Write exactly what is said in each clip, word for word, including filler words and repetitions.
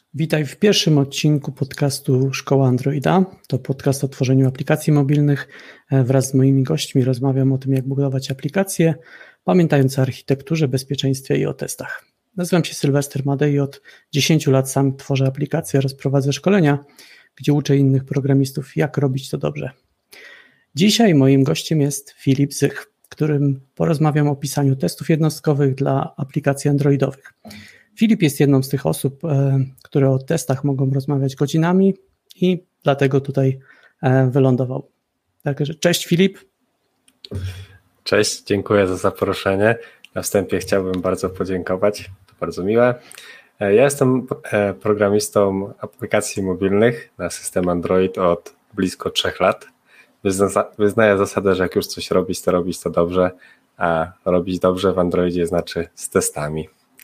Witaj w pierwszym odcinku podcastu Szkoła Androida. To podcast o tworzeniu aplikacji mobilnych. Wraz z moimi gośćmi rozmawiam o tym, jak budować aplikacje, pamiętając o architekturze, bezpieczeństwie i o testach. Nazywam się Sylwester Madej i od dziesięciu lat sam tworzę aplikacje oraz prowadzę szkolenia, gdzie uczę innych programistów, jak robić to dobrze. Dzisiaj moim gościem jest Filip Zych, którym porozmawiam o pisaniu testów jednostkowych dla aplikacji androidowych. Filip jest jedną z tych osób, które o testach mogą rozmawiać godzinami i dlatego tutaj wylądował. Także cześć Filip. Cześć, dziękuję za zaproszenie. Na wstępie chciałbym bardzo podziękować, to bardzo miłe. Ja jestem programistą aplikacji mobilnych na system Android od blisko trzech lat. Wyznaję zasadę, że jak już coś robić, to robić to dobrze, a robić dobrze w Androidzie znaczy z testami.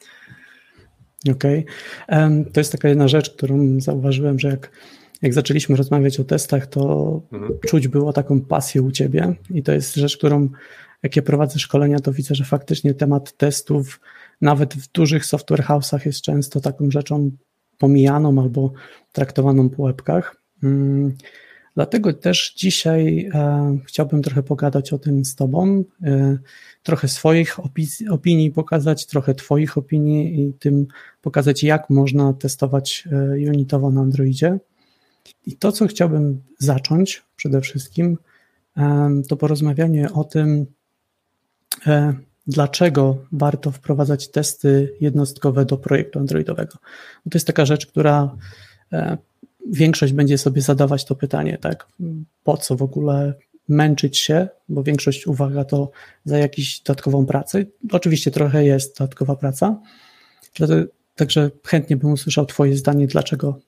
Okej. Okay. To jest taka jedna rzecz, którą zauważyłem, że jak, jak zaczęliśmy rozmawiać o testach, to mhm. czuć było taką pasję u ciebie i to jest rzecz, którą jak ja prowadzę szkolenia, to widzę, że faktycznie temat testów nawet w dużych software house'ach jest często taką rzeczą pomijaną albo traktowaną po łebkach. Dlatego też dzisiaj e, chciałbym trochę pogadać o tym z tobą, e, trochę swoich opi- opinii pokazać, trochę twoich opinii i tym pokazać, jak można testować e, unitowo na Androidzie. I to, co chciałbym zacząć przede wszystkim, e, to porozmawianie o tym, e, dlaczego warto wprowadzać testy jednostkowe do projektu androidowego. Bo to jest taka rzecz, która e, większość będzie sobie zadawać to pytanie, tak? Po co w ogóle męczyć się, bo większość uważa to za jakąś dodatkową pracę. Oczywiście trochę jest dodatkowa praca, także chętnie bym usłyszał twoje zdanie, dlaczego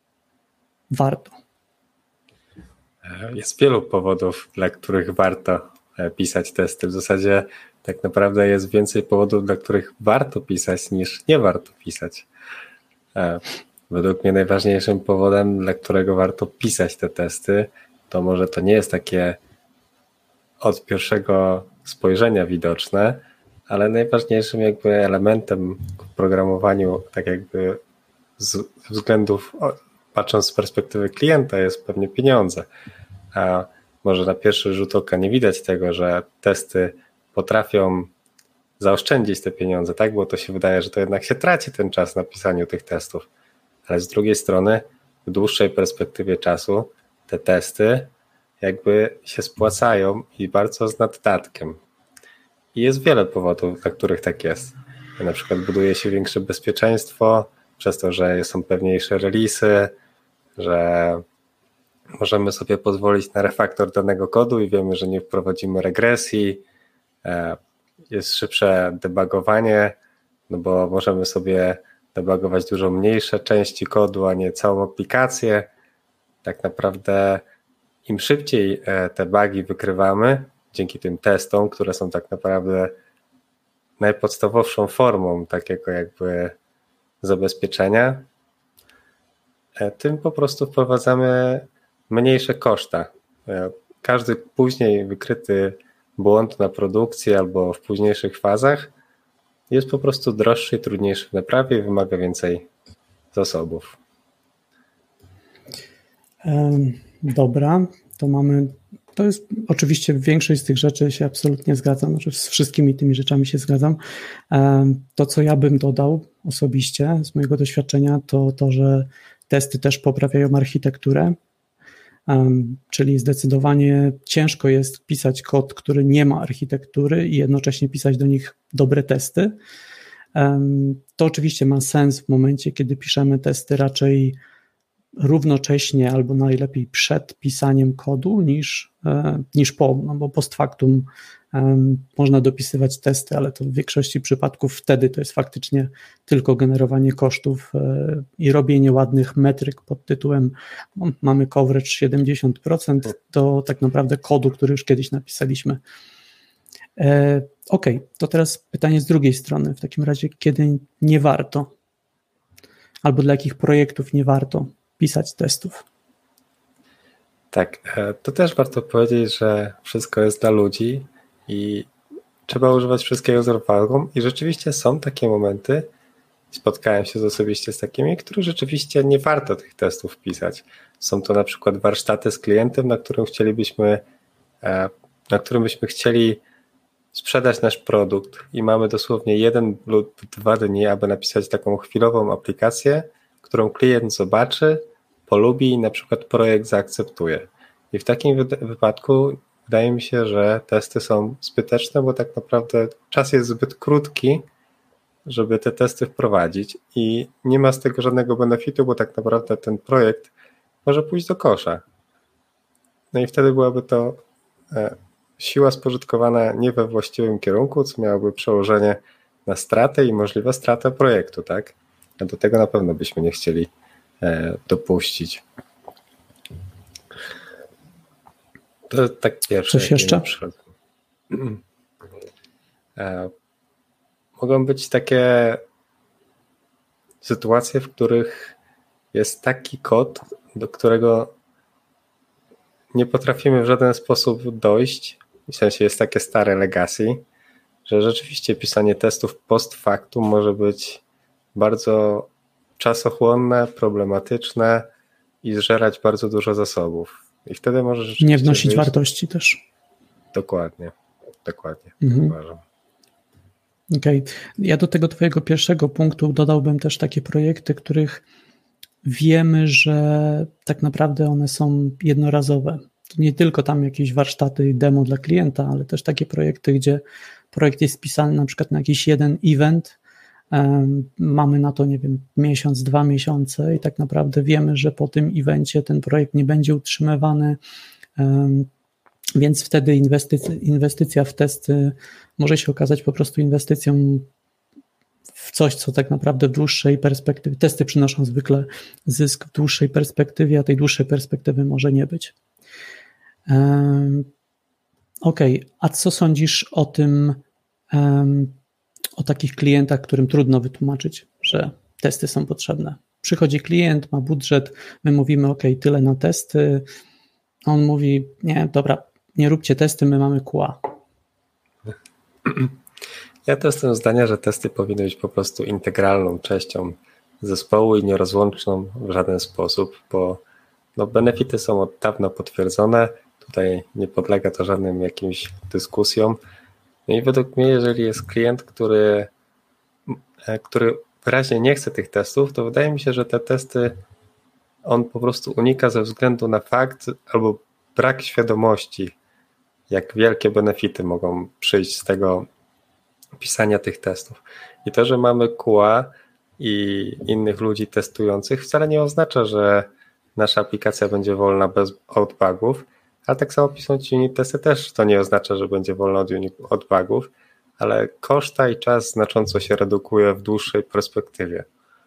warto. Jest wielu powodów, dla których warto pisać testy. W zasadzie tak naprawdę jest więcej powodów, dla których warto pisać, niż nie warto pisać. Według mnie najważniejszym powodem, dla którego warto pisać te testy, to może to nie jest takie od pierwszego spojrzenia widoczne, ale najważniejszym jakby elementem w programowaniu, tak jakby z względów, patrząc z perspektywy klienta, jest pewnie pieniądze. A może na pierwszy rzut oka nie widać tego, że testy potrafią zaoszczędzić te pieniądze, tak? Bo to się wydaje, że to jednak się traci ten czas na pisaniu tych testów. Ale z drugiej strony w dłuższej perspektywie czasu te testy jakby się spłacają i bardzo z naddatkiem. I jest wiele powodów, dla których tak jest. Na przykład buduje się większe bezpieczeństwo przez to, że są pewniejsze release'y, że możemy sobie pozwolić na refaktor danego kodu i wiemy, że nie wprowadzimy regresji. Jest szybsze debugowanie, no bo możemy sobie debugować dużo mniejsze części kodu, a nie całą aplikację. Tak naprawdę im szybciej te bugi wykrywamy, dzięki tym testom, które są tak naprawdę najpodstawowszą formą takiego jakby zabezpieczenia, tym po prostu wprowadzamy mniejsze koszta. Każdy później wykryty błąd na produkcji albo w późniejszych fazach jest po prostu droższy i trudniejszy w naprawie i wymaga więcej zasobów. Dobra, to mamy, to jest oczywiście większość z tych rzeczy się absolutnie zgadzam, znaczy z wszystkimi tymi rzeczami się zgadzam. To, co ja bym dodał osobiście z mojego doświadczenia, to to, że testy też poprawiają architekturę, czyli zdecydowanie ciężko jest pisać kod, który nie ma architektury i jednocześnie pisać do nich dobre testy. To oczywiście ma sens w momencie, kiedy piszemy testy raczej równocześnie albo najlepiej przed pisaniem kodu niż, niż po, no bo post factum um, można dopisywać testy, ale to w większości przypadków wtedy to jest faktycznie tylko generowanie kosztów e, i robienie ładnych metryk pod tytułem no, mamy coverage siedemdziesiąt procent do tak naprawdę kodu, który już kiedyś napisaliśmy. E, Okej, okay, to teraz pytanie z drugiej strony. W takim razie, kiedy nie warto albo dla jakich projektów nie warto pisać testów? Tak, to też warto powiedzieć, że wszystko jest dla ludzi i trzeba używać wszystkiego z rozwagą i rzeczywiście są takie momenty, spotkałem się osobiście z takimi, których rzeczywiście nie warto tych testów pisać. Są to na przykład warsztaty z klientem, na którym chcielibyśmy, na którym byśmy chcieli sprzedać nasz produkt i mamy dosłownie jeden lub dwa dni, aby napisać taką chwilową aplikację, którą klient zobaczy, polubi i na przykład projekt zaakceptuje. I w takim wypadku wydaje mi się, że testy są zbyteczne, bo tak naprawdę czas jest zbyt krótki, żeby te testy wprowadzić i nie ma z tego żadnego benefitu, bo tak naprawdę ten projekt może pójść do kosza. No i wtedy byłaby to siła spożytkowana nie we właściwym kierunku, co miałoby przełożenie na stratę i możliwe stratę projektu, tak? A do tego na pewno byśmy nie chcieli dopuścić. To tak pierwsze. Coś jeszcze? Mogą być takie sytuacje, w których jest taki kod, do którego nie potrafimy w żaden sposób dojść, w sensie jest takie stare legacy, że rzeczywiście pisanie testów post factum może być bardzo czasochłonne, problematyczne i zżerać bardzo dużo zasobów. I wtedy może rzeczywiście nie wnosić wyjść... wartości też. Dokładnie, dokładnie, mhm. uważam. Okej. Okay. Ja do tego twojego pierwszego punktu dodałbym też takie projekty, których wiemy, że tak naprawdę one są jednorazowe. To nie tylko tam jakieś warsztaty, demo dla klienta, ale też takie projekty, gdzie projekt jest pisany na przykład na jakiś jeden event, um, mamy na to, nie wiem, miesiąc, dwa miesiące i tak naprawdę wiemy, że po tym evencie ten projekt nie będzie utrzymywany, um, więc wtedy inwestycja, inwestycja w testy może się okazać po prostu inwestycją w coś, co tak naprawdę w dłuższej perspektywie, testy przynoszą zwykle zysk w dłuższej perspektywie, a tej dłuższej perspektywy może nie być. Um, Okej, okay. A co sądzisz o tym, um, o takich klientach, którym trudno wytłumaczyć, że testy są potrzebne? Przychodzi klient, ma budżet, my mówimy ok, tyle na testy, a on mówi, nie, dobra, nie róbcie testy, my mamy Q A. Ja to jestem zdania, że testy powinny być po prostu integralną częścią zespołu i nierozłączną w żaden sposób, bo no, benefity są od dawna potwierdzone, tutaj nie podlega to żadnym jakimś dyskusjom. No i według mnie, jeżeli jest klient, który, który wyraźnie nie chce tych testów, to wydaje mi się, że te testy on po prostu unika ze względu na fakt albo brak świadomości, jak wielkie benefity mogą przyjść z tego pisania tych testów. I to, że mamy Q A i innych ludzi testujących wcale nie oznacza, że nasza aplikacja będzie wolna bez od bugów, ale tak samo pisząc unit testy też to nie oznacza, że będzie wolna od, od bugów, ale koszta i czas znacząco się redukuje w dłuższej perspektywie.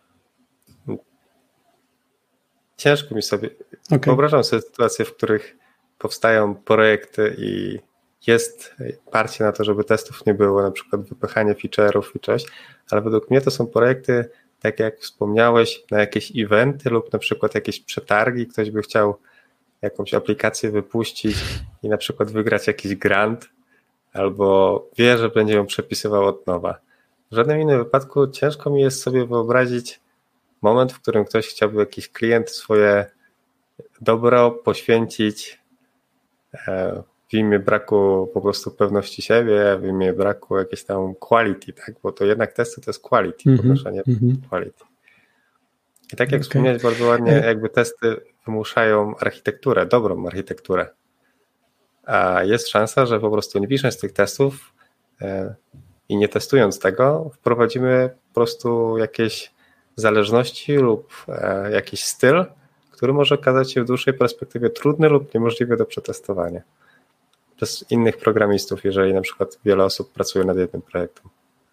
Ciężko mi sobie, okay. Wyobrażam sobie sytuacje, w których powstają projekty i jest parcie na to, żeby testów nie było, na przykład wypychanie feature'ów i coś, ale według mnie to są projekty, tak jak wspomniałeś, na jakieś eventy lub na przykład jakieś przetargi, ktoś by chciał jakąś aplikację wypuścić i na przykład wygrać jakiś grant, albo wie, że będzie ją przepisywał od nowa. W żadnym innym wypadku ciężko mi jest sobie wyobrazić moment, w którym ktoś chciałby jakiś klient swoje dobro poświęcić w imię braku po prostu pewności siebie, w imię braku jakiejś tam quality, tak? Bo to jednak testy to jest quality, mm-hmm, podnoszenie mm-hmm. quality. I tak jak okay. wspomniałeś bardzo ładnie, jakby testy wymuszają architekturę, dobrą architekturę. A jest szansa, że po prostu nie pisząc tych testów e, i nie testując tego, wprowadzimy po prostu jakieś zależności lub e, jakiś styl, który może okazać się w dłuższej perspektywie trudny lub niemożliwy do przetestowania przez innych programistów, jeżeli na przykład wiele osób pracuje nad jednym projektem.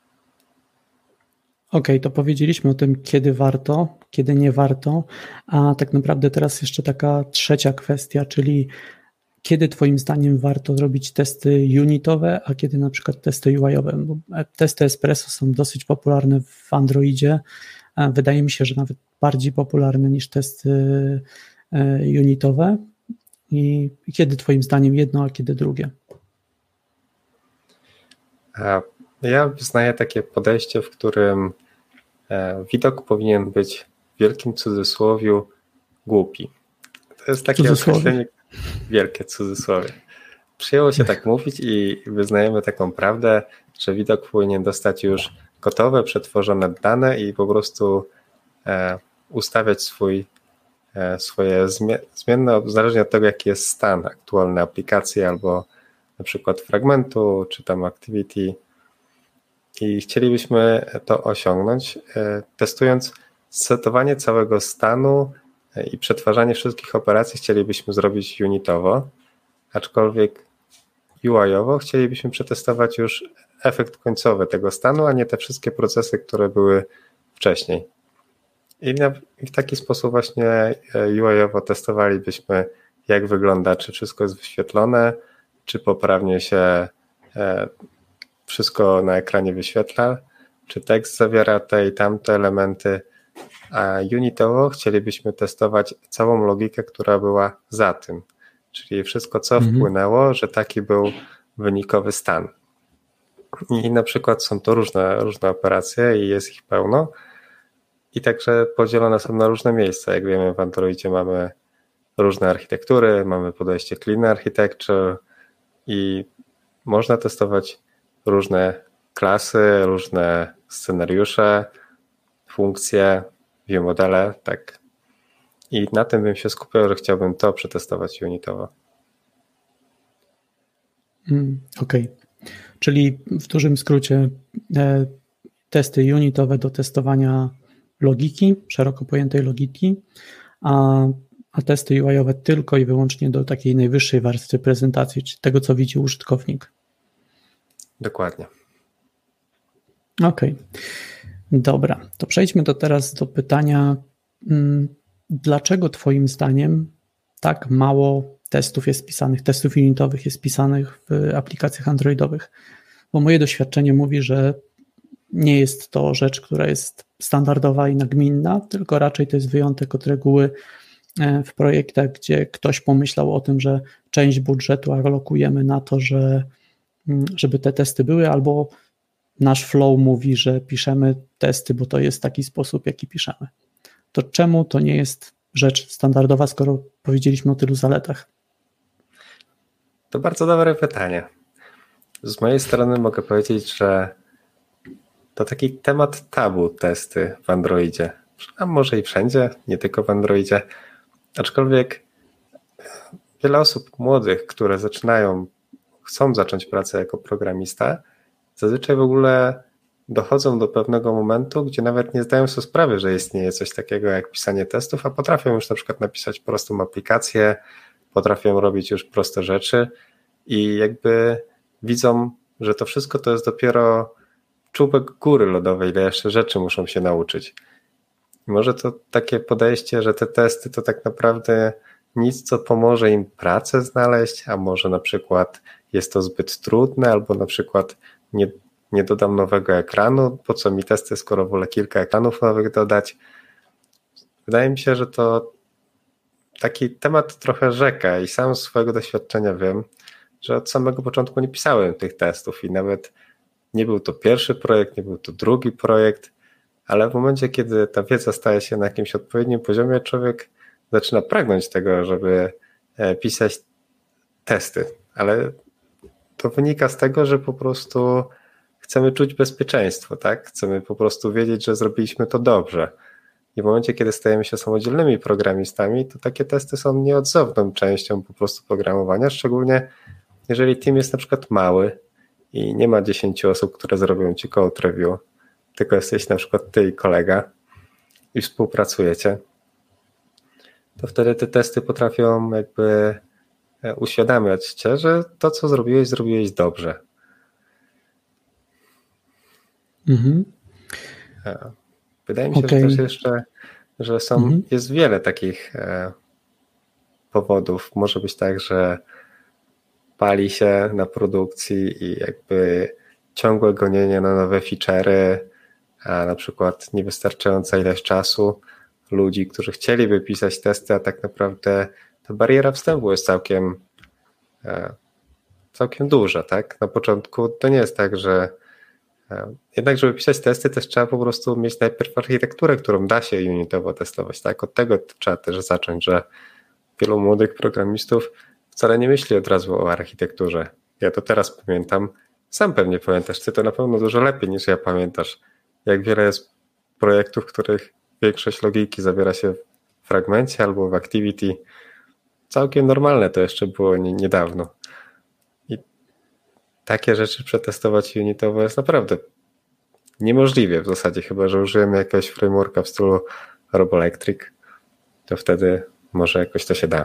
Okej, okay, to powiedzieliśmy o tym, kiedy warto, kiedy nie warto, a tak naprawdę teraz jeszcze taka trzecia kwestia, czyli kiedy twoim zdaniem warto robić testy unitowe, a kiedy na przykład testy U I-owe, bo testy Espresso są dosyć popularne w Androidzie, wydaje mi się, że nawet bardziej popularne niż testy unitowe. I kiedy twoim zdaniem jedno, a kiedy drugie? Ja wyznaję takie podejście, w którym widok powinien być w wielkim cudzysłowiu głupi. To jest takie określenie, wielkie cudzysłowie. Przyjęło się tak mówić i wyznajemy taką prawdę, że widok powinien dostać już gotowe, przetworzone dane i po prostu e, ustawiać swój, e, swoje zmienne, zależnie od tego, jaki jest stan aktualny aplikacji albo na przykład fragmentu, czy tam activity. I chcielibyśmy to osiągnąć, e, testując setowanie całego stanu e, i przetwarzanie wszystkich operacji chcielibyśmy zrobić unitowo, aczkolwiek U I-owo chcielibyśmy przetestować już efekt końcowy tego stanu, a nie te wszystkie procesy, które były wcześniej. I, na, i w taki sposób właśnie U I-owo testowalibyśmy, jak wygląda, czy wszystko jest wyświetlone, czy poprawnie się e, wszystko na ekranie wyświetla, czy tekst zawiera te i tamte elementy, a unitowo chcielibyśmy testować całą logikę, która była za tym, czyli wszystko, co mhm. wpłynęło, że taki był wynikowy stan. I na przykład są to różne, różne operacje i jest ich pełno i także podzielone są na różne miejsca. Jak wiemy, w Androidzie mamy różne architektury, mamy podejście clean architecture i można testować różne klasy, różne scenariusze, funkcje, view modele, tak. I na tym bym się skupiał, że chciałbym to przetestować unitowo. Mm, Okej. Okay. Czyli w dużym skrócie e, testy unitowe do testowania logiki, szeroko pojętej logiki, a, a testy U I-owe tylko i wyłącznie do takiej najwyższej warstwy prezentacji, czyli tego, co widzi użytkownik. Dokładnie. Okej. Okay. Dobra, to przejdźmy do teraz do pytania, hmm, dlaczego twoim zdaniem tak mało testów jest pisanych, testów unitowych jest pisanych w aplikacjach androidowych? Bo moje doświadczenie mówi, że nie jest to rzecz, która jest standardowa i nagminna, tylko raczej to jest wyjątek od reguły w projektach, gdzie ktoś pomyślał o tym, że część budżetu alokujemy na to, że, żeby te testy były, albo nasz flow mówi, że piszemy testy, bo to jest taki sposób, jaki piszemy. To czemu to nie jest rzecz standardowa, skoro powiedzieliśmy o tylu zaletach? To bardzo dobre pytanie. Z mojej strony mogę powiedzieć, że to taki temat tabu testy w Androidzie. A może i wszędzie, nie tylko w Androidzie. Aczkolwiek wiele osób młodych, które zaczynają, chcą zacząć pracę jako programista, zazwyczaj w ogóle dochodzą do pewnego momentu, gdzie nawet nie zdają sobie sprawy, że istnieje coś takiego jak pisanie testów, a potrafią już na przykład napisać prostą aplikację, potrafią robić już proste rzeczy i jakby widzą, że to wszystko to jest dopiero czubek góry lodowej, ile jeszcze rzeczy muszą się nauczyć. I może to takie podejście, że te testy to tak naprawdę nic, co pomoże im pracę znaleźć, a może na przykład jest to zbyt trudne, albo na przykład nie, nie dodam nowego ekranu, po co mi testy, skoro wolę kilka ekranów nowych dodać. Wydaje mi się, że to taki temat trochę rzeka i sam z swojego doświadczenia wiem, że od samego początku nie pisałem tych testów i nawet nie był to pierwszy projekt, nie był to drugi projekt, ale w momencie, kiedy ta wiedza staje się na jakimś odpowiednim poziomie, człowiek zaczyna pragnąć tego, żeby pisać testy, ale to wynika z tego, że po prostu chcemy czuć bezpieczeństwo, tak? Chcemy po prostu wiedzieć, że zrobiliśmy to dobrze. I w momencie, kiedy stajemy się samodzielnymi programistami, to takie testy są nieodzowną częścią po prostu programowania, szczególnie jeżeli team jest na przykład mały i nie ma dziesięciu osób, które zrobią ci code review, tylko jesteś na przykład ty i kolega i współpracujecie, to wtedy te testy potrafią jakby uświadamiać cię, że to, co zrobiłeś, zrobiłeś dobrze. Mhm. Wydaje mi się, okay. że też jeszcze, że są, mhm. jest wiele takich e, powodów. Może być tak, że pali się na produkcji i jakby ciągłe gonienie na nowe feature'y, a na przykład niewystarczająca ilość czasu ludzi, którzy chcieliby pisać testy, a tak naprawdę ta bariera wstępu jest całkiem e, całkiem duża, tak? Na początku to nie jest tak, że Jednak, żeby pisać testy, też trzeba po prostu mieć najpierw architekturę, którą da się unitowo testować. Tak? Od tego trzeba też zacząć, że wielu młodych programistów wcale nie myśli od razu o architekturze. Ja to teraz pamiętam, sam pewnie pamiętasz, ty to na pewno dużo lepiej niż ja pamiętasz, jak wiele jest projektów, w których większość logiki zawiera się w fragmencie albo w activity. Całkiem normalne to jeszcze było nie, niedawno. I takie rzeczy przetestować unitowo jest naprawdę niemożliwe w zasadzie, chyba że użyjemy jakiegoś frameworka w stylu Robolectric, to wtedy może jakoś to się da.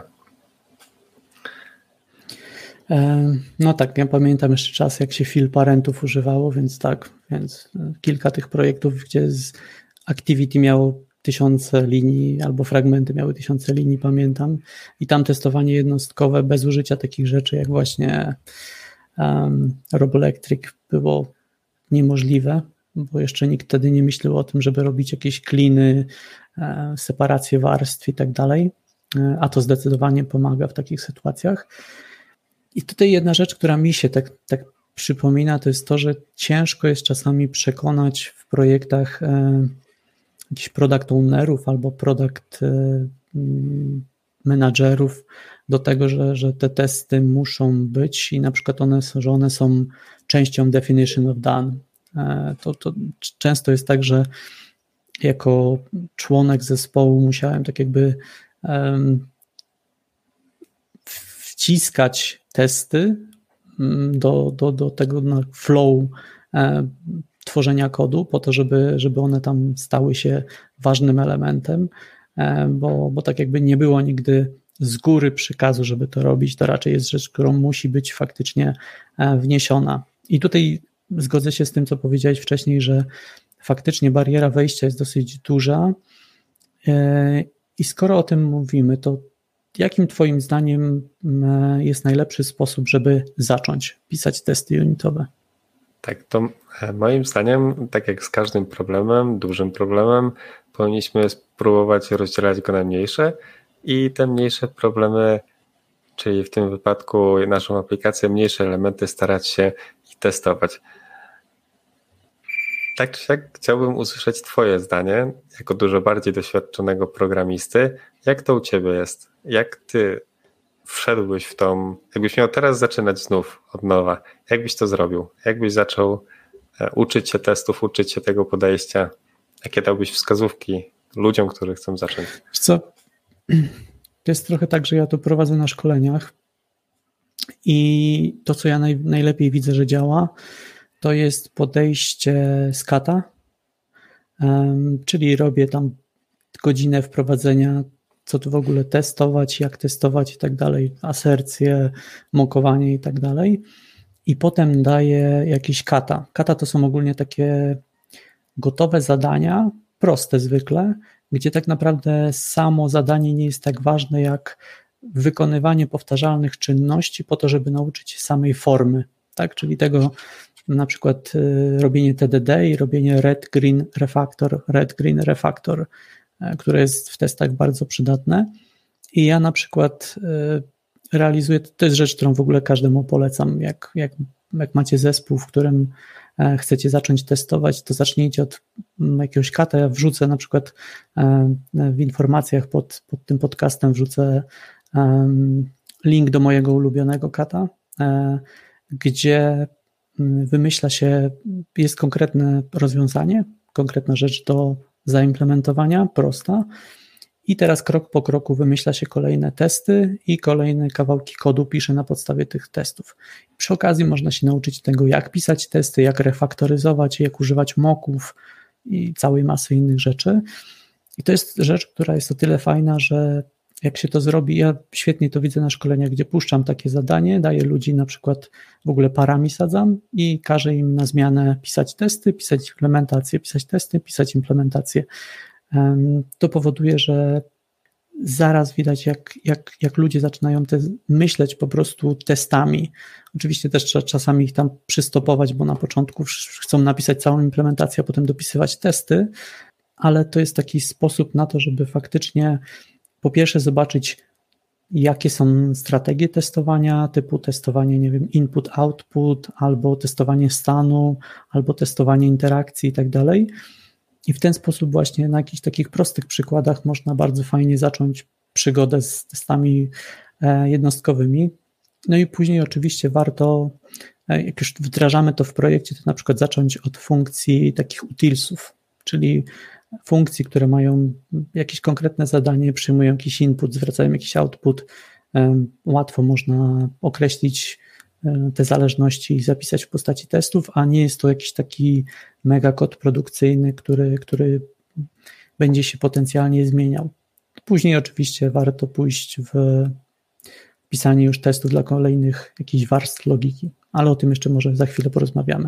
No tak, ja pamiętam jeszcze czas, jak się fill parentów używało, więc tak, więc kilka tych projektów, gdzie z activity miało tysiące linii albo fragmenty miały tysiące linii, pamiętam, i tam testowanie jednostkowe bez użycia takich rzeczy jak właśnie um, Robolectric było niemożliwe, bo jeszcze nikt wtedy nie myślał o tym, żeby robić jakieś kliny, e, separację warstw i tak dalej, e, a to zdecydowanie pomaga w takich sytuacjach. I tutaj jedna rzecz, która mi się tak, tak przypomina, to jest to, że ciężko jest czasami przekonać w projektach e, jakichś product ownerów albo product e, menadżerów do tego, że, że te testy muszą być i na przykład one, że one są częścią definition of done. E, to, to często jest tak, że jako członek zespołu musiałem tak jakby e, wciskać testy do, do, do tego flow e, tworzenia kodu po to, żeby, żeby one tam stały się ważnym elementem, e, bo, bo tak jakby nie było nigdy z góry przykazu, żeby to robić, to raczej jest rzecz, którą musi być faktycznie e, wniesiona. I tutaj zgodzę się z tym, co powiedziałeś wcześniej, że faktycznie bariera wejścia jest dosyć duża e, i skoro o tym mówimy, to jakim twoim zdaniem jest najlepszy sposób, żeby zacząć pisać testy unitowe? Tak, to moim zdaniem, tak jak z każdym problemem, dużym problemem, powinniśmy spróbować rozdzielać go na mniejsze i te mniejsze problemy, czyli w tym wypadku naszą aplikację, mniejsze elementy starać się ich testować. Tak czy siak chciałbym usłyszeć twoje zdanie, jako dużo bardziej doświadczonego programisty. Jak to u ciebie jest? Jak ty wszedłbyś w tą, jakbyś miał teraz zaczynać znów od nowa, jak byś to zrobił? Jak byś zaczął uczyć się testów, uczyć się tego podejścia? Jakie dałbyś wskazówki ludziom, którzy chcą zacząć? Wiesz co, to jest trochę tak, że ja to prowadzę na szkoleniach i to, co ja naj, najlepiej widzę, że działa, to jest podejście z kata, um, czyli robię tam godzinę wprowadzenia, co tu w ogóle testować, jak testować i tak dalej, asercje, mokowanie i tak dalej. I potem daję jakiś kata. Kata to są ogólnie takie gotowe zadania, proste zwykle, gdzie tak naprawdę samo zadanie nie jest tak ważne jak wykonywanie powtarzalnych czynności po to, żeby nauczyć się samej formy, tak? Czyli tego na przykład y, robienie T D D i robienie red, green, refactor, red, green, refactor, y, które jest w testach bardzo przydatne. I ja na przykład y, realizuję, to jest rzecz, którą w ogóle każdemu polecam, jak, jak, jak macie zespół, w którym y, chcecie zacząć testować, to zacznijcie od jakiegoś kata. Ja wrzucę na przykład y, w informacjach pod, pod tym podcastem wrzucę y, link do mojego ulubionego kata, y, gdzie wymyśla się, jest konkretne rozwiązanie, konkretna rzecz do zaimplementowania, prosta, i teraz krok po kroku wymyśla się kolejne testy i kolejne kawałki kodu pisze na podstawie tych testów. Przy okazji można się nauczyć tego, jak pisać testy, jak refaktoryzować, jak używać mocków i całej masy innych rzeczy. I to jest rzecz, która jest o tyle fajna, że jak się to zrobi, ja świetnie to widzę na szkoleniach, gdzie puszczam takie zadanie, daję ludzi na przykład w ogóle parami sadzam i każę im na zmianę pisać testy, pisać implementacje, pisać testy, pisać implementacje. To powoduje, że zaraz widać, jak, jak, jak ludzie zaczynają te, myśleć po prostu testami. Oczywiście też trzeba czasami ich tam przystopować, bo na początku chcą napisać całą implementację, a potem dopisywać testy, ale to jest taki sposób na to, żeby faktycznie po pierwsze zobaczyć, jakie są strategie testowania, typu testowanie, nie wiem, input, output, albo testowanie stanu, albo testowanie interakcji i tak dalej. I w ten sposób właśnie na jakichś takich prostych przykładach można bardzo fajnie zacząć przygodę z testami jednostkowymi. No i później oczywiście warto, jak już wdrażamy to w projekcie, to na przykład zacząć od funkcji takich utilsów, czyli funkcji, które mają jakieś konkretne zadanie, przyjmują jakiś input, zwracają jakiś output. Łatwo można określić te zależności i zapisać w postaci testów, a nie jest to jakiś taki mega kod produkcyjny, który, który będzie się potencjalnie zmieniał. Później oczywiście warto pójść w pisanie już testów dla kolejnych jakichś warstw logiki, ale o tym jeszcze może za chwilę porozmawiamy.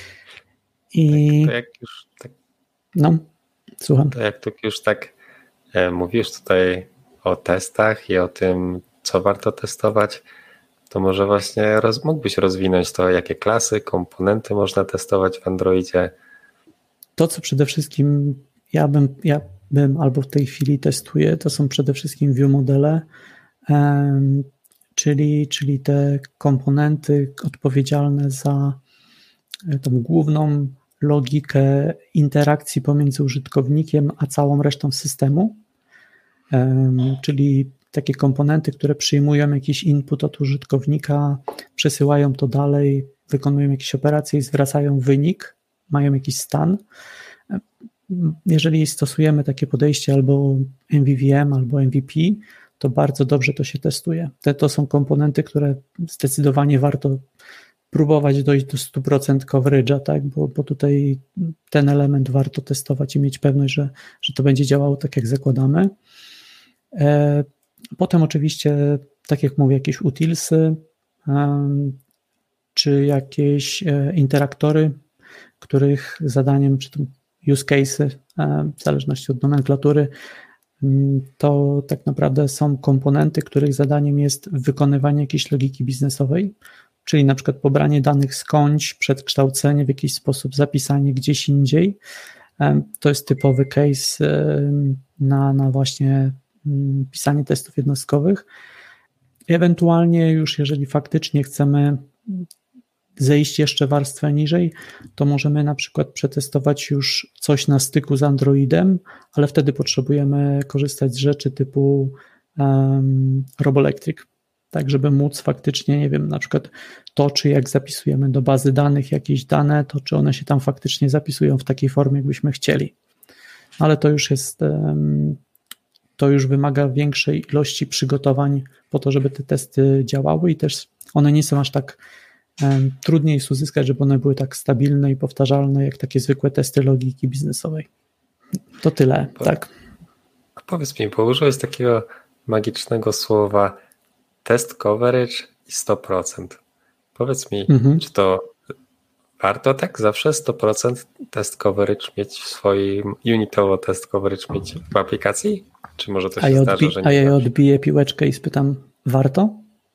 I tak, to jak już tak, no, słucham. To jak tu już tak e, mówisz tutaj o testach i o tym, co warto testować, to może właśnie roz, mógłbyś rozwinąć to, jakie klasy, komponenty można testować w Androidzie? To, co przede wszystkim ja bym, ja bym albo w tej chwili testuję, to są przede wszystkim view modele, um, czyli, czyli te komponenty odpowiedzialne za tą główną logikę interakcji pomiędzy użytkownikiem a całą resztą systemu, um, czyli takie komponenty, które przyjmują jakiś input od użytkownika, przesyłają to dalej, wykonują jakieś operacje i zwracają wynik, mają jakiś stan. Jeżeli stosujemy takie podejście albo M V V M, albo M V P, to bardzo dobrze to się testuje. Te to są komponenty, które zdecydowanie warto próbować dojść do stu procent coverage'a, tak? bo, bo tutaj ten element warto testować i mieć pewność, że, że to będzie działało tak, jak zakładamy. Potem oczywiście, tak jak mówię, jakieś utilsy, czy jakieś interaktory, których zadaniem, czy to use case'y, w zależności od nomenklatury, to tak naprawdę są komponenty, których zadaniem jest wykonywanie jakiejś logiki biznesowej, czyli na przykład pobranie danych skądś, przekształcenie w jakiś sposób, zapisanie gdzieś indziej. To jest typowy case na, na właśnie pisanie testów jednostkowych. Ewentualnie już jeżeli faktycznie chcemy zejść jeszcze warstwę niżej, to możemy na przykład przetestować już coś na styku z Androidem, ale wtedy potrzebujemy korzystać z rzeczy typu um, Roboelectric, tak żeby móc faktycznie, nie wiem, na przykład to, czy jak zapisujemy do bazy danych jakieś dane, to czy one się tam faktycznie zapisują w takiej formie, jakbyśmy chcieli. Ale to już jest, um, to już wymaga większej ilości przygotowań po to, żeby te testy działały i też one nie są aż tak trudniej jest uzyskać, żeby one były tak stabilne i powtarzalne, jak takie zwykłe testy logiki biznesowej. To tyle, po, tak. A powiedz mi, bo użyłeś takiego magicznego słowa test coverage i sto procent. Powiedz mi, mhm. czy to warto tak zawsze sto procent test coverage mieć w swoim, unitowo test coverage mieć w aplikacji? Czy może to się a ja zdarza, odbi- że nie? A ja odbiję piłeczkę i spytam, warto?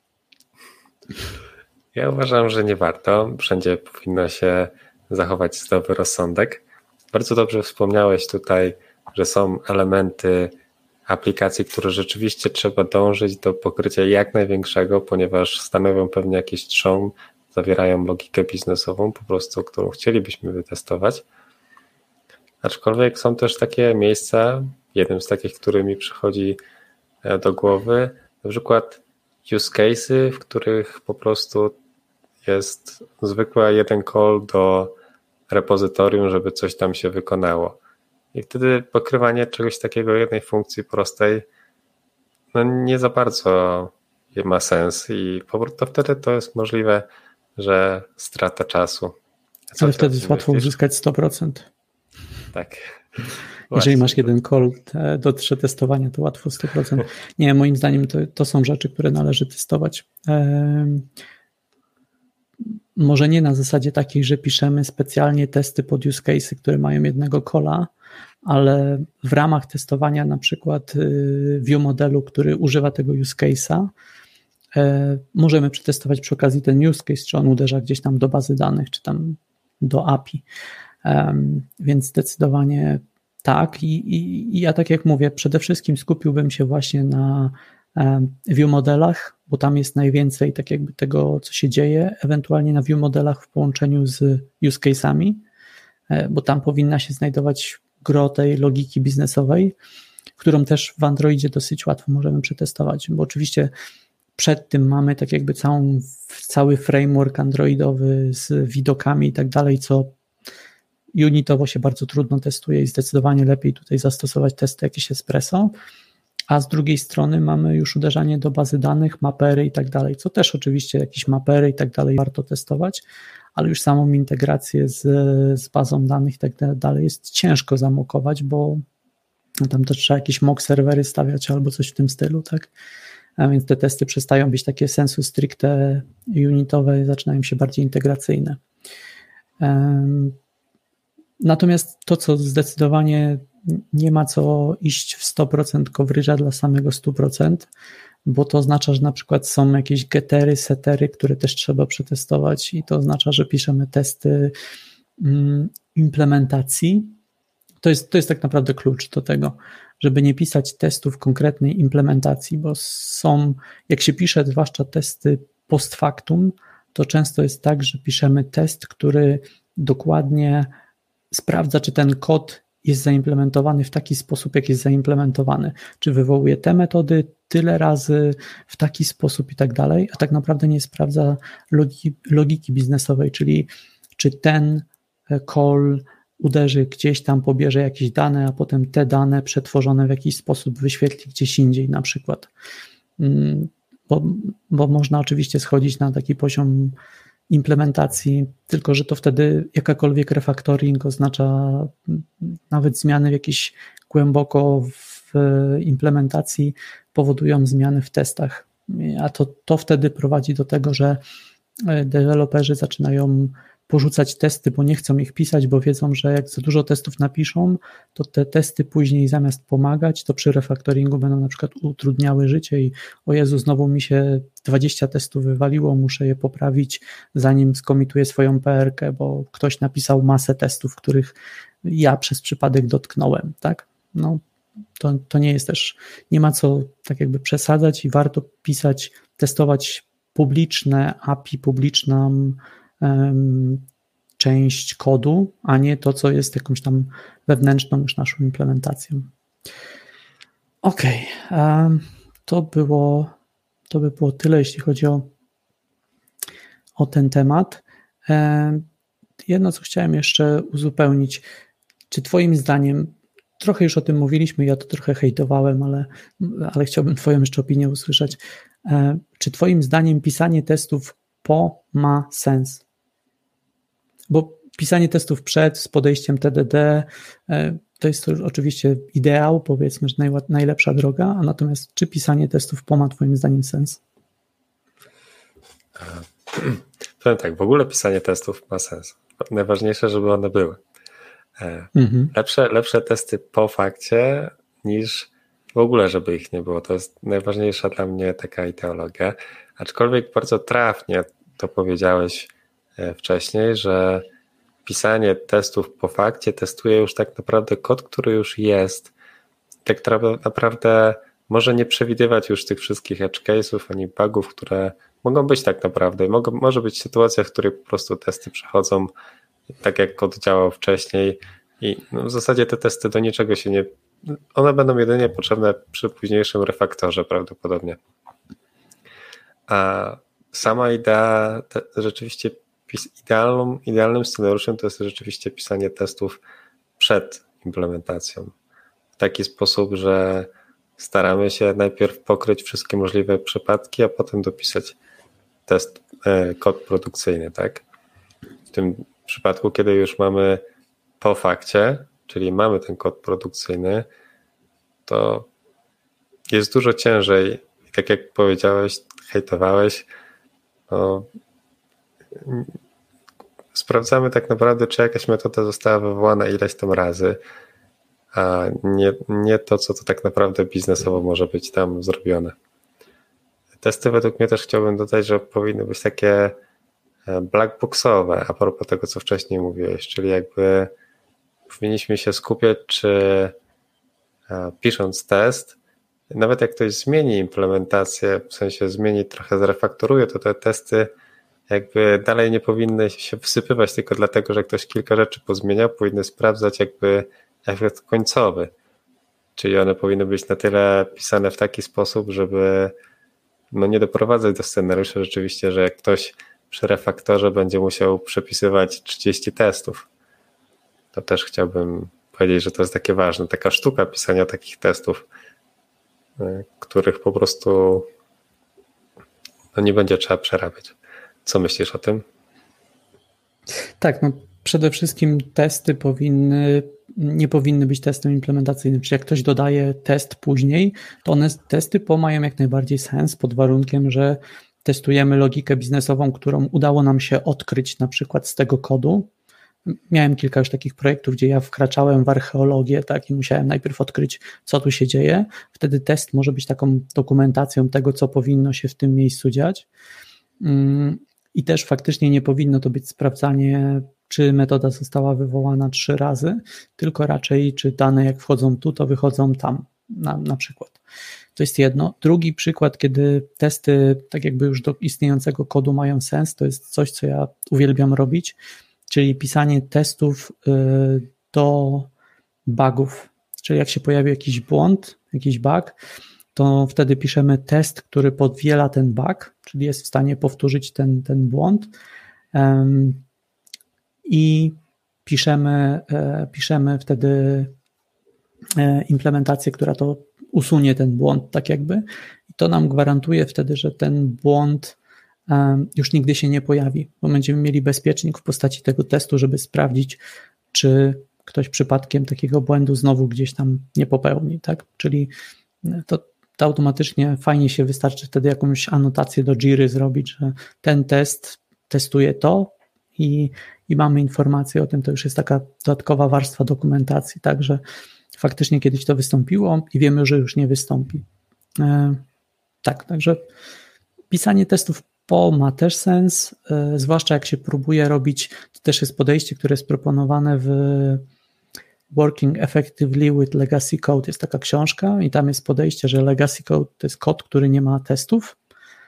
Ja uważam, że nie warto. Wszędzie powinno się zachować zdrowy rozsądek. Bardzo dobrze wspomniałeś tutaj, że są elementy aplikacji, które rzeczywiście trzeba dążyć do pokrycia jak największego, ponieważ stanowią pewnie jakiś trzon, zawierają logikę biznesową, po prostu, którą chcielibyśmy wytestować. Aczkolwiek są też takie miejsca, jednym z takich, który mi przychodzi do głowy, na przykład use case'y, w których po prostu jest zwykły jeden call do repozytorium, żeby coś tam się wykonało. I wtedy pokrywanie czegoś takiego jednej funkcji prostej no nie za bardzo ma sens i to wtedy to jest możliwe, że strata czasu. Ale wtedy jest łatwo uzyskać sto procent. Tak. Jeżeli masz jeden call do przetestowania, to łatwo sto procent. Nie, moim zdaniem to, to są rzeczy, które należy testować. Ehm, może nie na zasadzie takiej, że piszemy specjalnie testy pod use case'y, które mają jednego calla, ale w ramach testowania na przykład view modelu, który używa tego use case'a, e, możemy przetestować przy okazji ten use case, czy on uderza gdzieś tam do bazy danych, czy tam do A P I. Um, więc zdecydowanie tak i, i, i ja tak jak mówię, przede wszystkim skupiłbym się właśnie na view modelach, bo tam jest najwięcej tak jakby tego, co się dzieje, ewentualnie na view modelach w połączeniu z use case'ami, bo tam powinna się znajdować gro tej logiki biznesowej, którą też w Androidzie dosyć łatwo możemy przetestować, bo oczywiście przed tym mamy tak jakby całą, cały framework androidowy z widokami i tak dalej, co unitowo się bardzo trudno testuje i zdecydowanie lepiej tutaj zastosować testy jakieś espresso, a z drugiej strony mamy już uderzanie do bazy danych, mapery i tak dalej, co też oczywiście jakieś mapery i tak dalej warto testować, ale już samą integrację z, z bazą danych i tak dalej jest ciężko zamokować, bo tam też trzeba jakieś mock serwery stawiać albo coś w tym stylu, tak? A więc te testy przestają być takie sensu stricte unitowe i zaczynają się bardziej integracyjne. Natomiast to, co zdecydowanie nie ma co iść w sto procent coverage'a dla samego sto procent, bo to oznacza, że na przykład są jakieś gettery, settery, które też trzeba przetestować i to oznacza, że piszemy testy implementacji. To jest, to jest tak naprawdę klucz do tego, żeby nie pisać testów konkretnej implementacji, bo są, jak się pisze zwłaszcza testy post factum, to często jest tak, że piszemy test, który dokładnie sprawdza, czy ten kod jest zaimplementowany w taki sposób, jak jest zaimplementowany, czy wywołuje te metody tyle razy w taki sposób i tak dalej, a tak naprawdę nie sprawdza logiki, logiki biznesowej, czyli czy ten call uderzy gdzieś tam, pobierze jakieś dane, a potem te dane przetworzone w jakiś sposób wyświetli gdzieś indziej na przykład. Bo, bo można oczywiście schodzić na taki poziom implementacji, tylko że to wtedy jakakolwiek refactoring oznacza nawet zmiany w jakieś głęboko w implementacji powodują zmiany w testach, a to, to wtedy prowadzi do tego, że deweloperzy zaczynają porzucać testy, bo nie chcą ich pisać, bo wiedzą, że jak za dużo testów napiszą, to te testy później zamiast pomagać, to przy refactoringu będą na przykład utrudniały życie i o Jezu, znowu mi się dwadzieścia testów wywaliło, muszę je poprawić, zanim skomituję swoją P R K, bo ktoś napisał masę testów, których ja przez przypadek dotknąłem, tak? No, to, to nie jest też, nie ma co tak jakby przesadzać i warto pisać, testować publiczne A P I, publiczną część kodu, a nie to, co jest jakąś tam wewnętrzną już naszą implementacją. Okej, okay. to było to by było tyle, jeśli chodzi o, o ten temat. Jedno, co chciałem jeszcze uzupełnić, czy twoim zdaniem, trochę już o tym mówiliśmy, ja to trochę hejtowałem, ale, ale chciałbym twoją jeszcze opinię usłyszeć. Czy twoim zdaniem pisanie testów po ma sens? Bo pisanie testów przed z podejściem T D D to jest to oczywiście ideał, powiedzmy, że najlepsza droga, a natomiast czy pisanie testów po ma twoim zdaniem sens? Powiem tak, w ogóle pisanie testów ma sens. Najważniejsze, żeby one były. Mhm. Lepsze, lepsze testy po fakcie niż w ogóle, żeby ich nie było. To jest najważniejsza dla mnie taka ideologia. Aczkolwiek bardzo trafnie to powiedziałeś wcześniej, że pisanie testów po fakcie testuje już tak naprawdę kod, który już jest. Tak naprawdę może nie przewidywać już tych wszystkich edge case'ów ani bugów, które mogą być tak naprawdę. Mogą, może być sytuacja, w której po prostu testy przechodzą tak, jak kod działał wcześniej i no w zasadzie te testy do niczego się nie... One będą jedynie potrzebne przy późniejszym refaktorze prawdopodobnie. A sama idea te, rzeczywiście pis, idealną, idealnym scenariuszem to jest rzeczywiście pisanie testów przed implementacją. W taki sposób, że staramy się najpierw pokryć wszystkie możliwe przypadki, a potem dopisać test, e, kod produkcyjny, tak? W tym przypadku, kiedy już mamy po fakcie, czyli mamy ten kod produkcyjny, to jest dużo ciężej i tak jak powiedziałeś, hejtowałeś, no, sprawdzamy tak naprawdę, czy jakaś metoda została wywołana ileś tam razy, a nie, nie to, co to tak naprawdę biznesowo może być tam zrobione. Testy według mnie też chciałbym dodać, że powinny być takie blackboxowe, a propos tego, co wcześniej mówiłeś, czyli jakby powinniśmy się skupiać, czy pisząc test, nawet jak ktoś zmieni implementację, w sensie zmieni, trochę zrefaktoruje, to te testy jakby dalej nie powinny się wsypywać tylko dlatego, że ktoś kilka rzeczy pozmieniał, powinny sprawdzać jakby efekt końcowy. Czyli one powinny być na tyle pisane w taki sposób, żeby no nie doprowadzać do scenariusza rzeczywiście, że jak ktoś przy refaktorze będzie musiał przepisywać trzydzieści testów. To też chciałbym powiedzieć, że to jest takie ważne, taka sztuka pisania takich testów, których po prostu no nie będzie trzeba przerabiać. Co myślisz o tym? Tak, no przede wszystkim testy powinny, nie powinny być testem implementacyjnym. Czyli jak ktoś dodaje test później, to one testy po mają jak najbardziej sens pod warunkiem, że testujemy logikę biznesową, którą udało nam się odkryć na przykład z tego kodu. Miałem kilka już takich projektów, gdzie ja wkraczałem w archeologię, tak, i musiałem najpierw odkryć, co tu się dzieje. Wtedy test może być taką dokumentacją tego, co powinno się w tym miejscu dziać. I też faktycznie nie powinno to być sprawdzanie, czy metoda została wywołana trzy razy, tylko raczej, czy dane jak wchodzą tu, to wychodzą tam, na, na przykład. To jest jedno. Drugi przykład, kiedy testy tak jakby już do istniejącego kodu mają sens, to jest coś, co ja uwielbiam robić, czyli pisanie testów do bugów. Czyli jak się pojawi jakiś błąd, jakiś bug, to wtedy piszemy test, który podwiela ten bug, czyli jest w stanie powtórzyć ten, ten błąd um, i piszemy, e, piszemy wtedy e, implementację, która to usunie ten błąd tak jakby i to nam gwarantuje wtedy, że ten błąd um, już nigdy się nie pojawi, bo będziemy mieli bezpiecznik w postaci tego testu, żeby sprawdzić, czy ktoś przypadkiem takiego błędu znowu gdzieś tam nie popełni, tak? Czyli to to automatycznie fajnie się wystarczy wtedy jakąś anotację do Jiry zrobić, że ten test testuje to i, i mamy informację o tym, to już jest taka dodatkowa warstwa dokumentacji, tak, że faktycznie kiedyś to wystąpiło i wiemy, że już nie wystąpi. E, tak, także pisanie testów po ma też sens, e, zwłaszcza jak się próbuje robić, to też jest podejście, które jest proponowane w Working Effectively with Legacy Code, jest taka książka i tam jest podejście, że Legacy Code to jest kod, który nie ma testów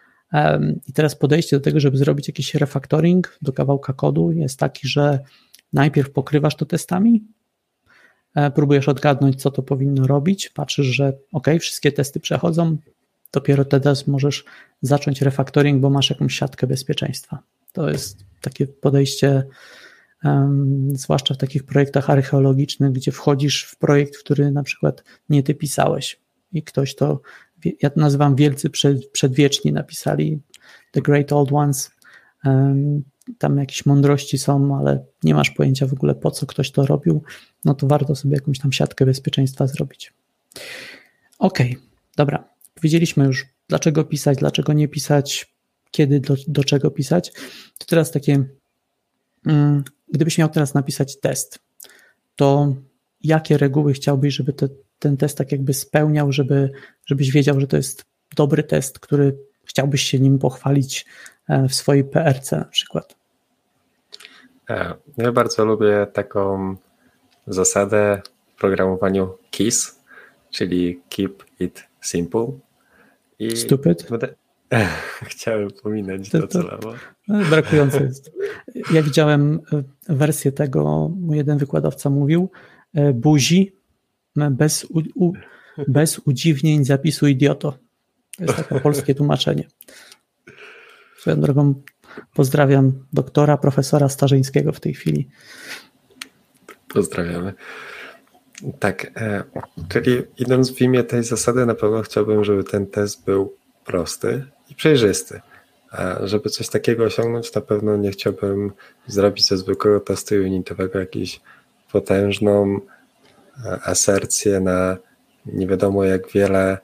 i teraz podejście do tego, żeby zrobić jakiś refactoring do kawałka kodu jest taki, że najpierw pokrywasz to testami, próbujesz odgadnąć, co to powinno robić, patrzysz, że ok, wszystkie testy przechodzą, dopiero teraz możesz zacząć refactoring, bo masz jakąś siatkę bezpieczeństwa. To jest takie podejście Um, zwłaszcza w takich projektach archeologicznych, gdzie wchodzisz w projekt, w który na przykład nie ty pisałeś i ktoś to, ja to nazywam wielcy przed, przedwieczni napisali, the great old ones, um, tam jakieś mądrości są, ale nie masz pojęcia w ogóle po co ktoś to robił, no to warto sobie jakąś tam siatkę bezpieczeństwa zrobić. Okej, okay, dobra, powiedzieliśmy już dlaczego pisać, dlaczego nie pisać, kiedy, do, do czego pisać, to teraz takie um, gdybyś miał teraz napisać test, to jakie reguły chciałbyś, żeby te, ten test tak jakby spełniał, żeby, żebyś wiedział, że to jest dobry test, który chciałbyś się nim pochwalić w swojej P R C na przykład? Ja bardzo lubię taką zasadę w programowaniu K I S, czyli Keep It Simple. I Stupid? Chciałem pominąć to, to celowo. Brakujące jest. Ja widziałem wersję tego, mój jeden wykładowca mówił, buzi bez, u, u, bez udziwnień zapisu idioto. To jest takie polskie tłumaczenie. Swoją drogą pozdrawiam doktora, profesora Starzyńskiego w tej chwili. Pozdrawiamy. Tak, e, czyli idąc w imię tej zasady, na pewno chciałbym, żeby ten test był prosty i przejrzysty. A żeby coś takiego osiągnąć, na pewno nie chciałbym zrobić ze zwykłego testu unitowego jakąś potężną asercję na nie wiadomo jak wiele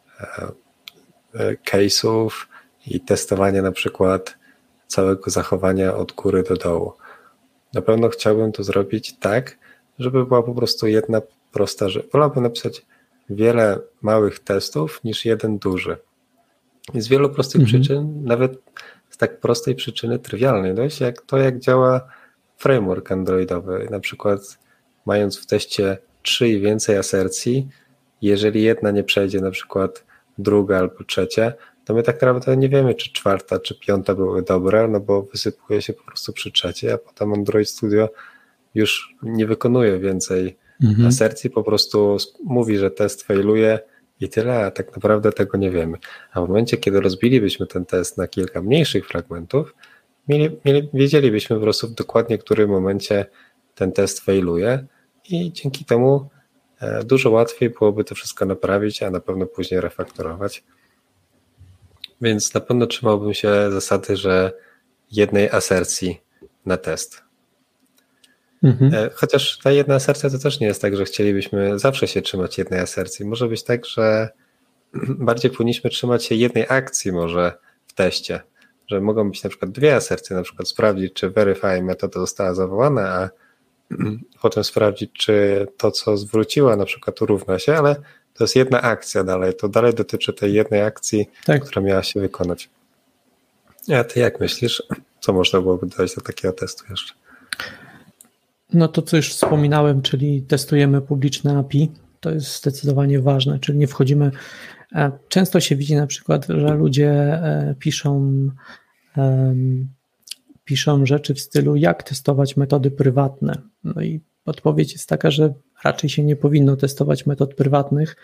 case'ów i testowanie na przykład całego zachowania od góry do dołu. Na pewno chciałbym to zrobić tak, żeby była po prostu jedna prosta rzecz. Wolałbym napisać wiele małych testów niż jeden duży. I z wielu prostych mhm. przyczyn, nawet z tak prostej przyczyny trywialnej dość, jak to jak działa framework androidowy. Na przykład mając w teście trzy i więcej asercji, jeżeli jedna nie przejdzie, na przykład druga albo trzecia, to my tak naprawdę nie wiemy, czy czwarta, czy piąta były dobre, no bo wysypuje się po prostu przy trzeciej, a potem Android Studio już nie wykonuje więcej mhm. asercji, po prostu mówi, że test failuje i tyle, a tak naprawdę tego nie wiemy. A w momencie, kiedy rozbilibyśmy ten test na kilka mniejszych fragmentów, mieli, mieli, wiedzielibyśmy po prostu dokładnie, w którym momencie ten test failuje i dzięki temu e, dużo łatwiej byłoby to wszystko naprawić, a na pewno później refaktorować. Więc na pewno trzymałbym się zasady, że jednej asercji na test. Mhm. Chociaż ta jedna asercja to też nie jest tak, że chcielibyśmy zawsze się trzymać jednej asercji. Może być tak, że bardziej powinniśmy trzymać się jednej akcji może w teście, że mogą być na przykład dwie asercje, na przykład sprawdzić, czy verify metoda została zawołana, a potem sprawdzić, czy to, co zwróciła na przykład równa się, ale to jest jedna akcja dalej, to dalej dotyczy tej jednej akcji, tak, która miała się wykonać. A ty jak myślisz, co można byłoby dodać do takiego testu jeszcze? No to, co już wspominałem, czyli testujemy publiczne A P I, to jest zdecydowanie ważne, czyli nie wchodzimy, często się widzi na przykład, że ludzie piszą, piszą rzeczy w stylu, jak testować metody prywatne. No i odpowiedź jest taka, że raczej się nie powinno testować metod prywatnych,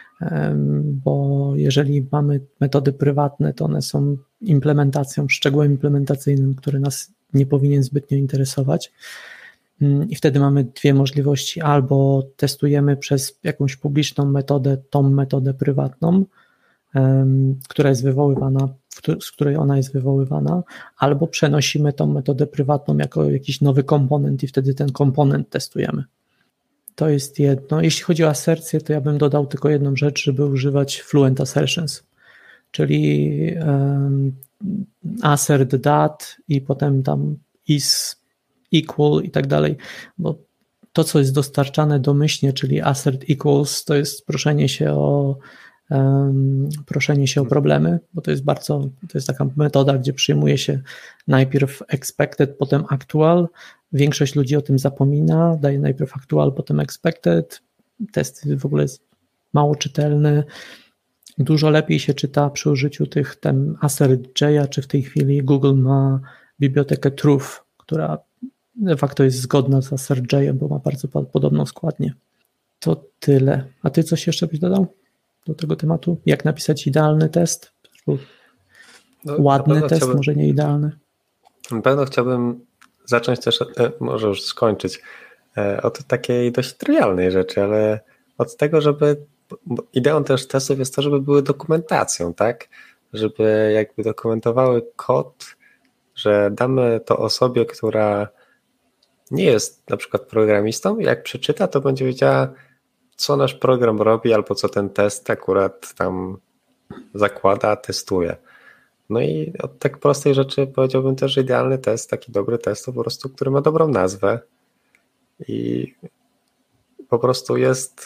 bo jeżeli mamy metody prywatne, to one są implementacją, szczegółem implementacyjnym, który nas nie powinien zbytnio interesować. I wtedy mamy dwie możliwości, albo testujemy przez jakąś publiczną metodę tą metodę prywatną, która jest wywoływana, z której ona jest wywoływana, albo przenosimy tą metodę prywatną jako jakiś nowy komponent i wtedy ten komponent testujemy. To jest jedno. Jeśli chodzi o asercję, to ja bym dodał tylko jedną rzecz, żeby używać fluent assertions, czyli um, assert that i potem tam is equal i tak dalej, bo to, co jest dostarczane domyślnie, czyli assert equals, to jest proszenie się o um, proszenie się o problemy, bo to jest bardzo, to jest taka metoda, gdzie przyjmuje się najpierw expected, potem actual. Większość ludzi o tym zapomina, daje najpierw actual, potem expected. Test w ogóle jest mało czytelny. Dużo lepiej się czyta przy użyciu tych tem assert J'a, czy w tej chwili Google ma bibliotekę truth, która de facto jest zgodna z assert J'em, bo ma bardzo podobną składnię. To tyle. A ty coś jeszcze byś dodał do tego tematu? Jak napisać idealny test? No, ładny test, chciałbym, może nie idealny. Na pewno chciałbym zacząć też, może już skończyć, od takiej dość trywialnej rzeczy, ale od tego, żeby ideą też testów jest to, żeby były dokumentacją, tak? Żeby jakby dokumentowały kod, że damy to osobie, która nie jest na przykład programistą, jak przeczyta, to będzie wiedziała, co nasz program robi, albo co ten test akurat tam zakłada, testuje. No i od tak prostej rzeczy powiedziałbym też, że idealny test, taki dobry test to po prostu, który ma dobrą nazwę i po prostu jest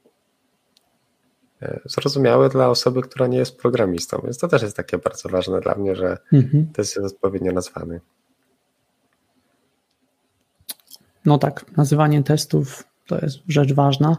zrozumiały dla osoby, która nie jest programistą. Więc to też jest takie bardzo ważne dla mnie, że mhm. test jest odpowiednio nazwany. No tak, nazywanie testów to jest rzecz ważna.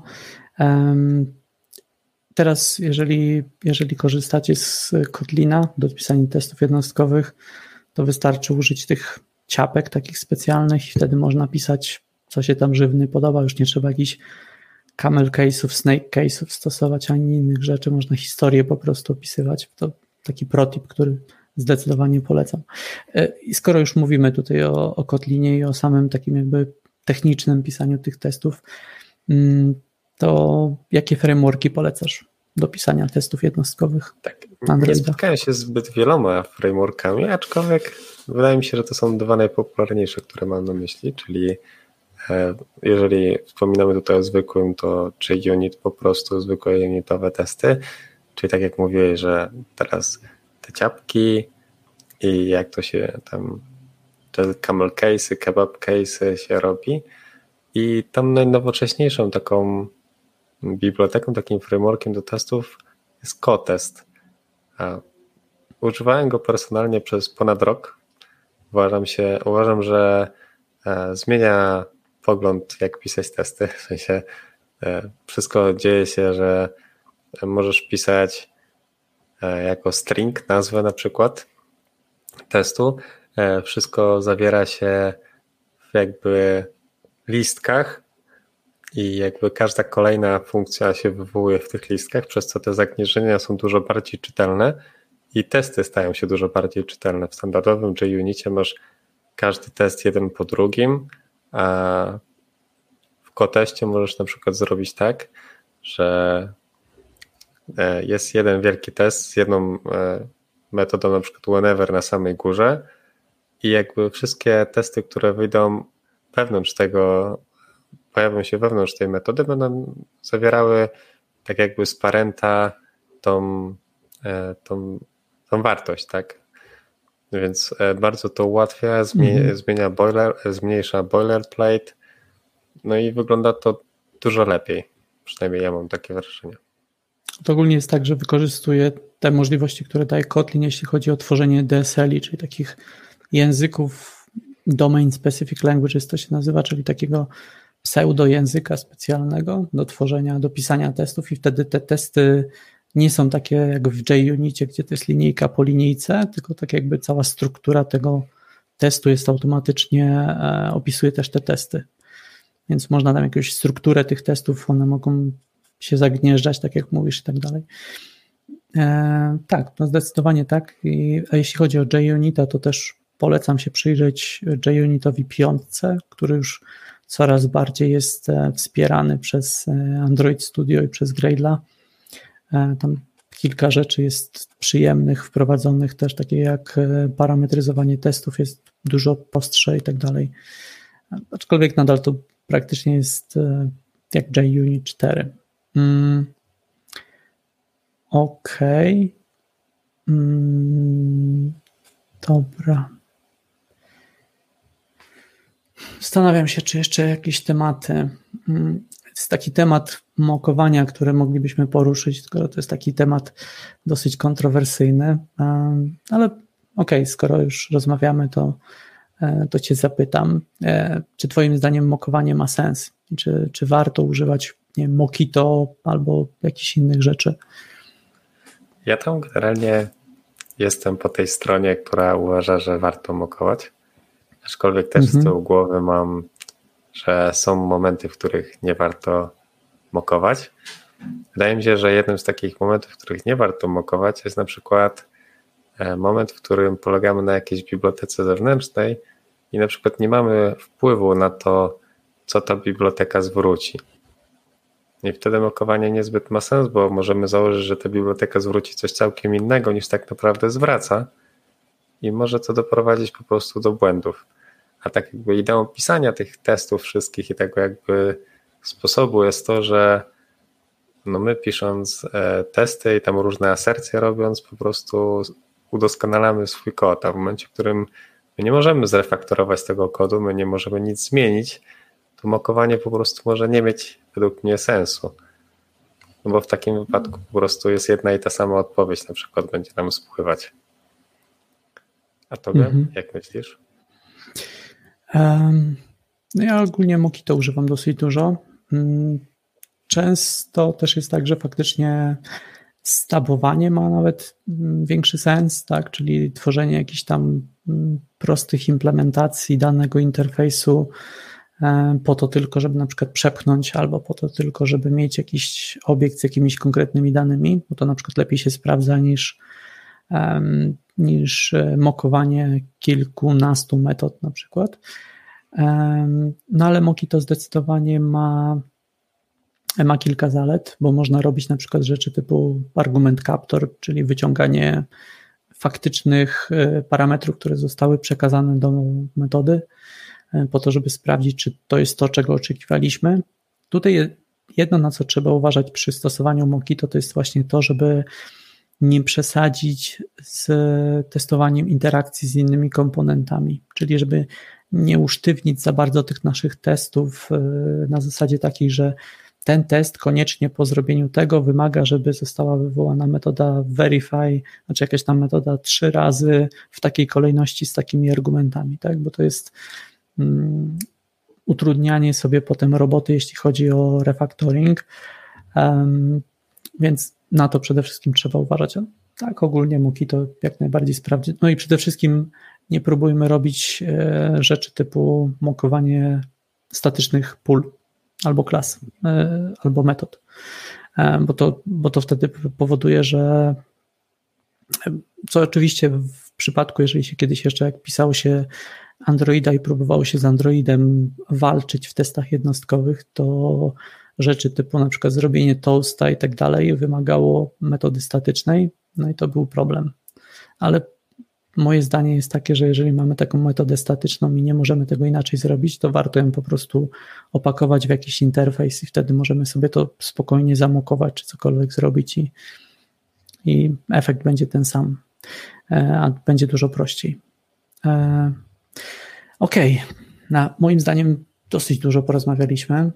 Teraz, jeżeli, jeżeli korzystacie z Kotlina do pisania testów jednostkowych, to wystarczy użyć tych ciapek takich specjalnych i wtedy można pisać, co się tam żywny podoba. Już nie trzeba jakichś camel case'ów, snake case'ów stosować, ani innych rzeczy. Można historię po prostu opisywać. To taki protip, który zdecydowanie polecam. I skoro już mówimy tutaj o, o Kotlinie i o samym takim jakby technicznym pisaniu tych testów, to jakie frameworki polecasz do pisania testów jednostkowych? Tak, nie spotkałem się zbyt wieloma frameworkami, aczkolwiek wydaje mi się, że to są dwa najpopularniejsze, które mam na myśli, czyli jeżeli wspominamy tutaj o zwykłym, to czy unit po prostu, zwykłe unitowe testy, czyli tak jak mówiłeś, że teraz te ciapki i jak to się tam, te camel case'y, kebab case'y się robi i tam najnowocześniejszą taką biblioteką, takim frameworkiem do testów jest Kotest. A używałem go personalnie przez ponad rok. Uważam się, uważam, że e, zmienia pogląd, jak pisać testy. W sensie e, wszystko dzieje się, że możesz pisać jako string nazwę na przykład testu. Wszystko zawiera się w jakby listkach i jakby każda kolejna funkcja się wywołuje w tych listkach, przez co te zagnieżdżenia są dużo bardziej czytelne i testy stają się dużo bardziej czytelne. W standardowym JUnicie masz każdy test jeden po drugim, a w Koteście możesz na przykład zrobić tak, że jest jeden wielki test z jedną metodą, na przykład whenever na samej górze i jakby wszystkie testy, które wyjdą wewnątrz tego, pojawią się wewnątrz tej metody, będą zawierały tak jakby z parenta tą, tą, tą wartość, tak? Więc bardzo to ułatwia, zmienia, mhm. zmienia boiler, zmniejsza boilerplate, no i wygląda to dużo lepiej. Przynajmniej ja mam takie wrażenie. To ogólnie jest tak, że wykorzystuje te możliwości, które daje Kotlin, jeśli chodzi o tworzenie D S L i, czyli takich języków Domain Specific Languages to się nazywa, czyli takiego pseudojęzyka specjalnego do tworzenia, do pisania testów i wtedy te testy nie są takie jak w JUnicie, gdzie to jest linijka po linijce, tylko tak jakby cała struktura tego testu jest automatycznie, opisuje też te testy. Więc można tam jakąś strukturę tych testów, one mogą się zagnieżdżać, tak jak mówisz i tak dalej. E, tak, no zdecydowanie tak. I, a jeśli chodzi o JUnita, to też polecam się przyjrzeć JUnitowi pięć, który już coraz bardziej jest wspierany przez Android Studio i przez Gradle'a. E, tam kilka rzeczy jest przyjemnych, wprowadzonych też, takie jak parametryzowanie testów jest dużo prostsze i tak dalej. Aczkolwiek nadal to praktycznie jest jak JUnit cztery. Mm. Okej. Okay. Mm. Dobra. Zastanawiam się, czy jeszcze jakieś tematy. Jest taki temat mokowania, który moglibyśmy poruszyć, tylko to jest taki temat dosyć kontrowersyjny, ale okej, okay, skoro już rozmawiamy, to, to cię zapytam, czy twoim zdaniem mokowanie ma sens? Czy, czy warto używać, nie wiem, Mockito albo jakichś innych rzeczy? Ja tam generalnie jestem po tej stronie, która uważa, że warto mokować, aczkolwiek też mhm. z tyłu głowy mam, że są momenty, w których nie warto mokować. Wydaje mi się, że jednym z takich momentów, w których nie warto mokować, jest na przykład moment, w którym polegamy na jakiejś bibliotece zewnętrznej i na przykład nie mamy wpływu na to, co ta biblioteka zwróci. I wtedy mokowanie niezbyt ma sens, bo możemy założyć, że ta biblioteka zwróci coś całkiem innego niż tak naprawdę zwraca i może to doprowadzić po prostu do błędów. A tak jakby ideą pisania tych testów wszystkich i tego jakby sposobu jest to, że no my pisząc testy i tam różne asercje robiąc, po prostu udoskonalamy swój kod, a w momencie, w którym my nie możemy zrefaktorować tego kodu, my nie możemy nic zmienić, to mokowanie po prostu może nie mieć według mnie sensu. No bo w takim wypadku po prostu jest jedna i ta sama odpowiedź, na przykład będzie nam spływać. A tobie, mhm. jak myślisz? Um, no ja ogólnie Mockito używam dosyć dużo. Często też jest tak, że faktycznie stabowanie ma nawet większy sens, tak? Czyli tworzenie jakichś tam prostych implementacji danego interfejsu po to tylko, żeby na przykład przepchnąć, albo po to tylko, żeby mieć jakiś obiekt z jakimiś konkretnymi danymi, bo to na przykład lepiej się sprawdza niż, um, niż mokowanie kilkunastu metod na przykład. Um, no ale Mockito zdecydowanie ma, ma kilka zalet, bo można robić na przykład rzeczy typu argument captor, czyli wyciąganie faktycznych parametrów, które zostały przekazane do metody, po to, żeby sprawdzić, czy to jest to, czego oczekiwaliśmy. Tutaj jedno, na co trzeba uważać przy stosowaniu Mockito, to jest właśnie to, żeby nie przesadzić z testowaniem interakcji z innymi komponentami, czyli żeby nie usztywnić za bardzo tych naszych testów na zasadzie takiej, że ten test koniecznie po zrobieniu tego wymaga, żeby została wywołana metoda verify, znaczy jakaś tam metoda trzy razy w takiej kolejności z takimi argumentami, tak? Bo to jest um, utrudnianie sobie potem roboty, jeśli chodzi o refactoring, um, więc na to przede wszystkim trzeba uważać. Tak, ogólnie Muki to jak najbardziej sprawdzi. No i przede wszystkim nie próbujmy robić rzeczy typu mokowanie statycznych pól albo klas, albo metod, bo to, bo to wtedy powoduje, że co oczywiście w przypadku, jeżeli się kiedyś jeszcze jak pisało się Androida i próbowało się z Androidem walczyć w testach jednostkowych, to rzeczy typu na przykład zrobienie toasta i tak dalej wymagało metody statycznej, no i to był problem. Ale moje zdanie jest takie, że jeżeli mamy taką metodę statyczną i nie możemy tego inaczej zrobić, to warto ją po prostu opakować w jakiś interfejs i wtedy możemy sobie to spokojnie zamokować czy cokolwiek zrobić i, i efekt będzie ten sam, a będzie dużo prościej. Okej, okay. Moim zdaniem dosyć dużo porozmawialiśmy.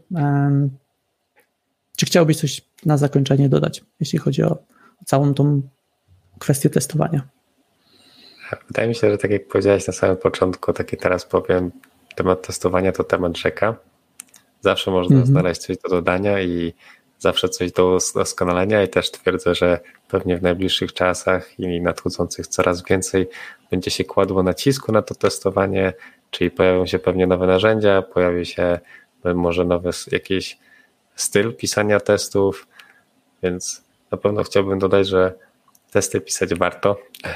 Czy chciałbyś coś na zakończenie dodać, jeśli chodzi o całą tą kwestię testowania? Wydaje mi się, że tak jak powiedziałeś na samym początku, tak i teraz powiem, temat testowania to temat rzeka. Zawsze można mm-hmm. znaleźć coś do dodania i zawsze coś do doskonalenia i też twierdzę, że pewnie w najbliższych czasach i nadchodzących coraz więcej będzie się kładło nacisku na to testowanie, czyli pojawią się pewnie nowe narzędzia, pojawi się może nowy jakiś styl pisania testów, więc na pewno chciałbym dodać, że testy pisać warto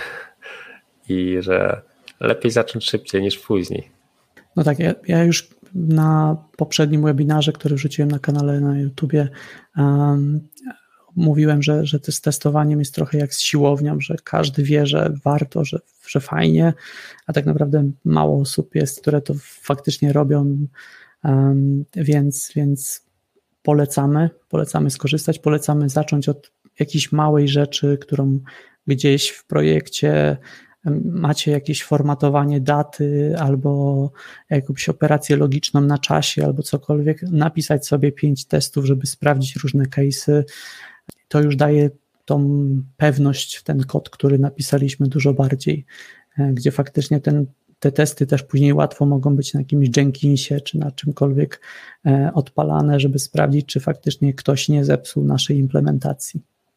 i że lepiej zacząć szybciej niż później. No tak, ja, ja już na poprzednim webinarze, który wrzuciłem na kanale na YouTubie, um, mówiłem, że, że to z testowaniem jest trochę jak z siłownią, że każdy wie, że warto, że, że fajnie, a tak naprawdę mało osób jest, które to faktycznie robią, um, więc, więc polecamy, polecamy skorzystać, polecamy zacząć od jakiejś małej rzeczy, którą gdzieś w projekcie macie jakieś formatowanie daty albo jakąś operację logiczną na czasie albo cokolwiek, napisać sobie pięć testów, żeby sprawdzić różne case'y. To już daje tą pewność w ten kod, który napisaliśmy dużo bardziej, gdzie faktycznie ten, te testy też później łatwo mogą być na jakimś Jenkinsie czy na czymkolwiek odpalane, żeby sprawdzić, czy faktycznie ktoś nie zepsuł naszej implementacji.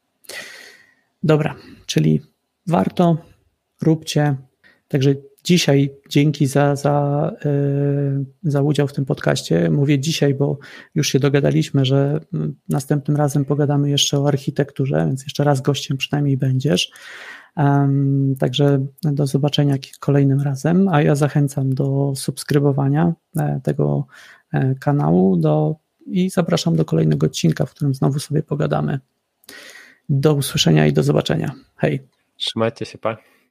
Dobra, czyli warto, róbcie. Także dzisiaj dzięki za, za, yy, za udział w tym podcaście. Mówię dzisiaj, bo już się dogadaliśmy, że następnym razem pogadamy jeszcze o architekturze, więc jeszcze raz gościem przynajmniej będziesz. Um, także do zobaczenia kolejnym razem, a ja zachęcam do subskrybowania tego kanału do, i zapraszam do kolejnego odcinka, w którym znowu sobie pogadamy. Do usłyszenia i do zobaczenia. Hej. Trzymajcie się, pa.